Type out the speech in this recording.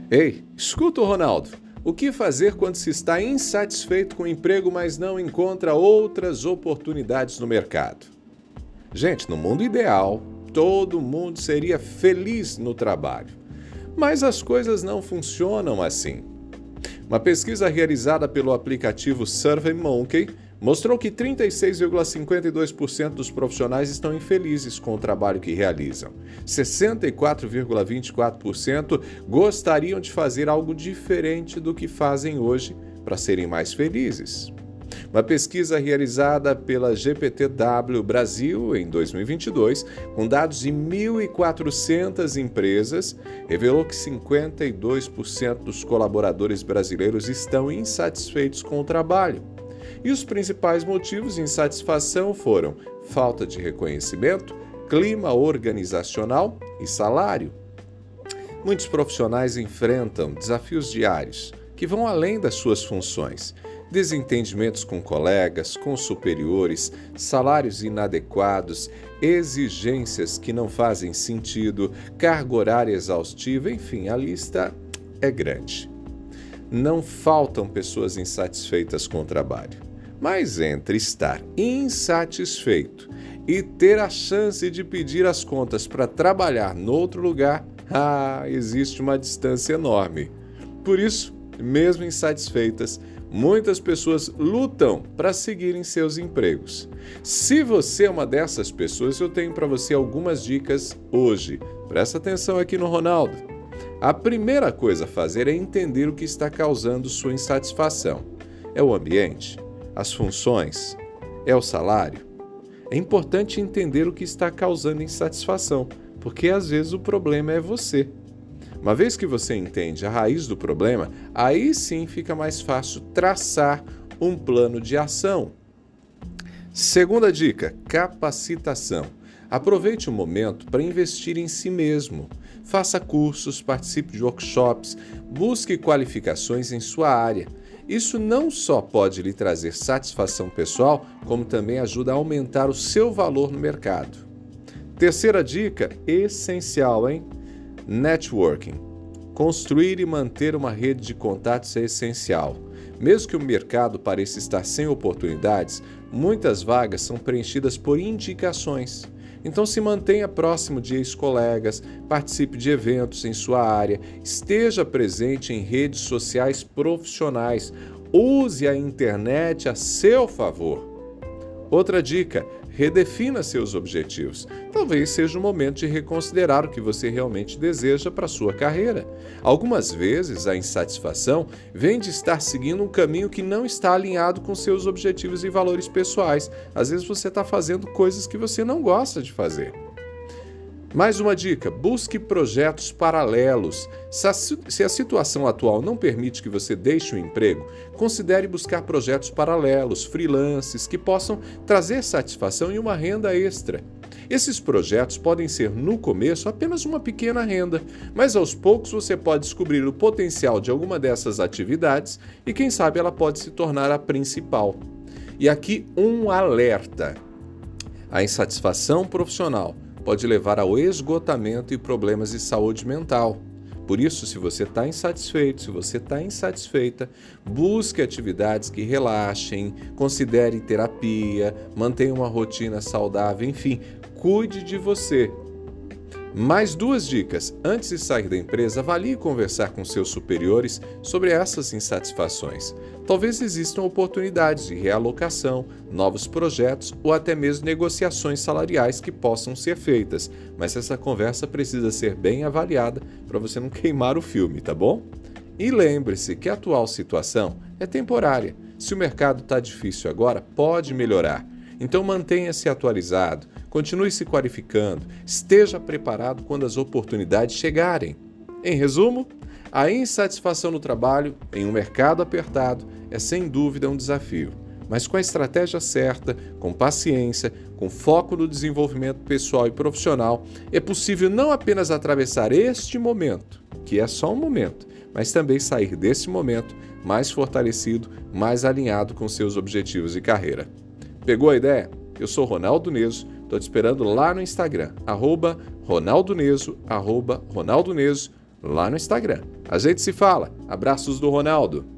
Ei, escuta o Ronaldo. O que fazer quando se está insatisfeito com o emprego, mas não encontra outras oportunidades no mercado? Gente, no mundo ideal, todo mundo seria feliz no trabalho. Mas as coisas não funcionam assim. Uma pesquisa realizada pelo aplicativo SurveyMonkey mostrou que 36,52% dos profissionais estão infelizes com o trabalho que realizam. 64,24% gostariam de fazer algo diferente do que fazem hoje para serem mais felizes. Uma pesquisa realizada pela GPTW Brasil em 2022, com dados de 1.400 empresas, revelou que 52% dos colaboradores brasileiros estão insatisfeitos com o trabalho. E os principais motivos de insatisfação foram falta de reconhecimento, clima organizacional e salário. Muitos profissionais enfrentam desafios diários que vão além das suas funções. Desentendimentos com colegas, com superiores, salários inadequados, exigências que não fazem sentido, carga horária exaustiva, enfim, a lista é grande. Não faltam pessoas insatisfeitas com o trabalho. Mas entre estar insatisfeito e ter a chance de pedir as contas para trabalhar em outro lugar, existe uma distância enorme. Por isso, mesmo insatisfeitas, muitas pessoas lutam para seguirem seus empregos. Se você é uma dessas pessoas, eu tenho para você algumas dicas hoje. Presta atenção aqui no Ronaldo. A primeira coisa a fazer é entender o que está causando sua insatisfação. É o ambiente? As funções? É o salário? É importante entender o que está causando insatisfação, porque às vezes o problema é você. Uma vez que você entende a raiz do problema, aí sim fica mais fácil traçar um plano de ação. Segunda dica: capacitação. Aproveite o momento para investir em si mesmo. Faça cursos, participe de workshops, busque qualificações em sua área. Isso não só pode lhe trazer satisfação pessoal, como também ajuda a aumentar o seu valor no mercado. Terceira dica, essencial, hein? Networking. Construir e manter uma rede de contatos é essencial. Mesmo que o mercado pareça estar sem oportunidades, muitas vagas são preenchidas por indicações. Então se mantenha próximo de ex-colegas, participe de eventos em sua área, esteja presente em redes sociais profissionais, use a internet a seu favor. Outra dica, redefina seus objetivos. Talvez seja o momento de reconsiderar o que você realmente deseja para a sua carreira. Algumas vezes a insatisfação vem de estar seguindo um caminho que não está alinhado com seus objetivos e valores pessoais. Às vezes você está fazendo coisas que você não gosta de fazer. Mais uma dica, busque projetos paralelos. Se a situação atual não permite que você deixe o emprego, considere buscar projetos paralelos, freelances, que possam trazer satisfação e uma renda extra. Esses projetos podem ser, no começo, apenas uma pequena renda, mas aos poucos você pode descobrir o potencial de alguma dessas atividades e, quem sabe, ela pode se tornar a principal. E aqui um alerta: a insatisfação profissional pode levar ao esgotamento e problemas de saúde mental. Por isso, se você está insatisfeito, se você está insatisfeita, busque atividades que relaxem, considere terapia, mantenha uma rotina saudável, enfim, cuide de você. Mais duas dicas. Antes de sair da empresa, avalie conversar com seus superiores sobre essas insatisfações. Talvez existam oportunidades de realocação, novos projetos ou até mesmo negociações salariais que possam ser feitas, mas essa conversa precisa ser bem avaliada para você não queimar o filme, tá bom? E lembre-se que a atual situação é temporária. Se o mercado está difícil agora, pode melhorar. Então mantenha-se atualizado, continue se qualificando, esteja preparado quando as oportunidades chegarem. Em resumo, a insatisfação no trabalho, em um mercado apertado, é sem dúvida um desafio. Mas com a estratégia certa, com paciência, com foco no desenvolvimento pessoal e profissional, é possível não apenas atravessar este momento, que é só um momento, mas também sair desse momento mais fortalecido, mais alinhado com seus objetivos de carreira. Pegou a ideia? Eu sou Ronaldo Neso, estou te esperando lá no Instagram, @Ronaldo Neso, @Ronaldo Neso, lá no Instagram. A gente se fala. Abraços do Ronaldo.